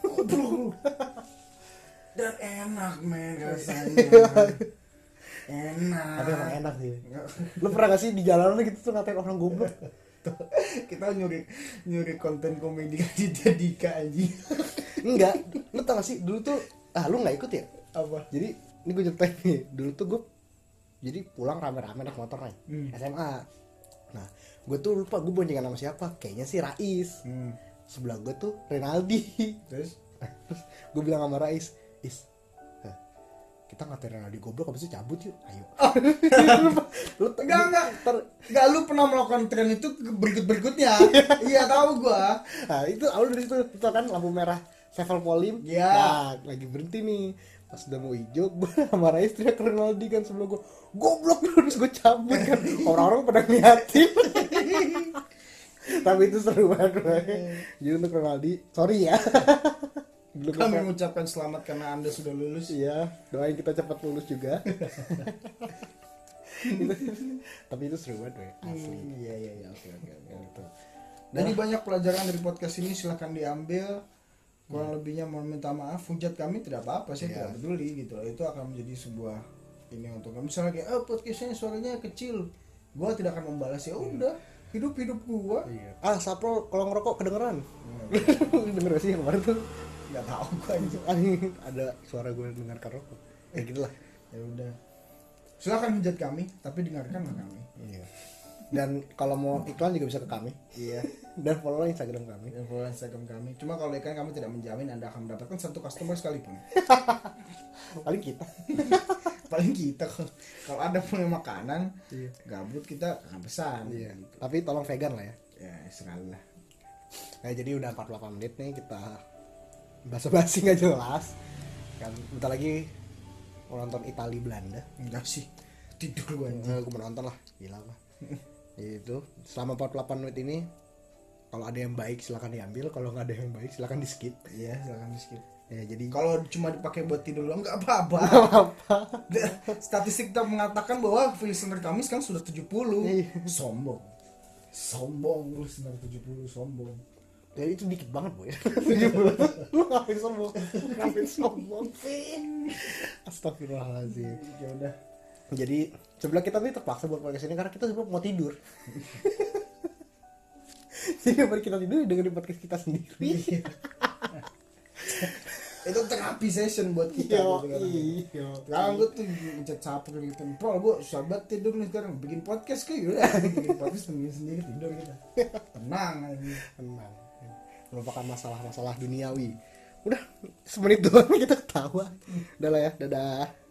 Dan enak men rasanya. Enak. Tapi emang enak sih. Lu pernah gak sih di jalanan gitu tuh ngatain orang goblok? Kita nyuri konten komedi di Dika aja. Enggak. Lu tau gak sih dulu tuh lu nggak ikut ya? Apa? Jadi ini gue ceritain nih. Dulu tuh gue jadi pulang rame-rame naik motor nih. SMA. Nah, gue tuh lupa gue boncengan sama siapa. Kayaknya sih Rais. Sebelah gue tuh Renaldi. Terus Gue bilang sama Rais, kita ngatain Renaldi goblok, habis itu cabut yuk, ayo. Lu enggak lu pernah melakukan tren itu berikutnya. Iya tahu gua. Nah itu awal dari situ kan lampu merah Sevel Polim. Iya. Nah lagi berhenti nih, pas udah mau hijau, gue sama Rais teriak Renaldi kan sebelah gue, goblok, terus gue cabut kan. Orang-orang pada ngeliatin. Tapi itu seru banget. Jadi untuk Renaldi, sorry ya. Kami mengucapkan selamat karena Anda sudah lulus. Iya, doain kita cepat lulus juga. Tapi itu seru banget, we. Asli. Iya, oke. Gitu. Jadi banyak pelajaran dari podcast ini, silahkan diambil. Kurang lebihnya mohon minta maaf. Hujat kami tidak apa-apa, saya tidak peduli gitu. Itu akan menjadi sebuah ini untuk kami. Misalnya kayak podcastnya suaranya kecil, gua tidak akan membalas, ya udah. Hidup gua. Iya. Sapro kalau ngerokok kedengeran. Denger gak sih yang kemarin tuh? Nggak tahu gua itu. Ada suara gue dengarkan rokok. Ya gitulah. Ya udah. Silakan hujat kami, tapi dengarkanlah kami. Iya. Dan kalau mau iklan juga bisa ke kami. Iya. Dan follow Instagram kami. Dan follow Instagram kami. Cuma kalau iklan kami tidak menjamin Anda akan mendapatkan satu customer sekalipun. Paling kita. Paling kita kalau ada punya makanan, Iya. gabut kita akan pesan. Iya. Tapi tolong vegan lah ya. Ya, sekali lah. Nah, jadi udah 48 menit nih kita basa-basi nggak jelas. Kan bentar lagi mau nonton Italia Belanda. Enggak sih. Tidur gua anjing. Gue mau nonton lah, gila lah. Itu selama 48 menit ini kalau ada yang baik silakan diambil, kalau nggak ada yang baik silakan di skip. Iya, silakan di skip. Ya jadi Kalau cuma dipakai buat tidur doang enggak apa-apa. Statistik kita mengatakan bahwa listener kami sekarang sudah 70. Iya. Sombong listener 70, sombong. ya itu dikit banget boy. 70. Lu ngapain sombong? Ngapain sombong sih? Astagfirullahaladzim. Ya udah. Jadi sebelah kita nih terpaksa buat podcast ini karena kita sebenernya mau tidur. Jadi mari kita tidur dengerin podcast kita sendiri. Itu terapi session buat kita gitu kan. Sekarang gue tuh ngechat Sapro gitu. Pol, gue sahabat tidur nih sekarang bikin podcast kayak gitu. Bikin podcast sendiri tidur kita. Tenang aja. Tenang. Merupakan masalah-masalah duniawi. Udah semenit doang kita ketawa. Udah lah ya, dadah.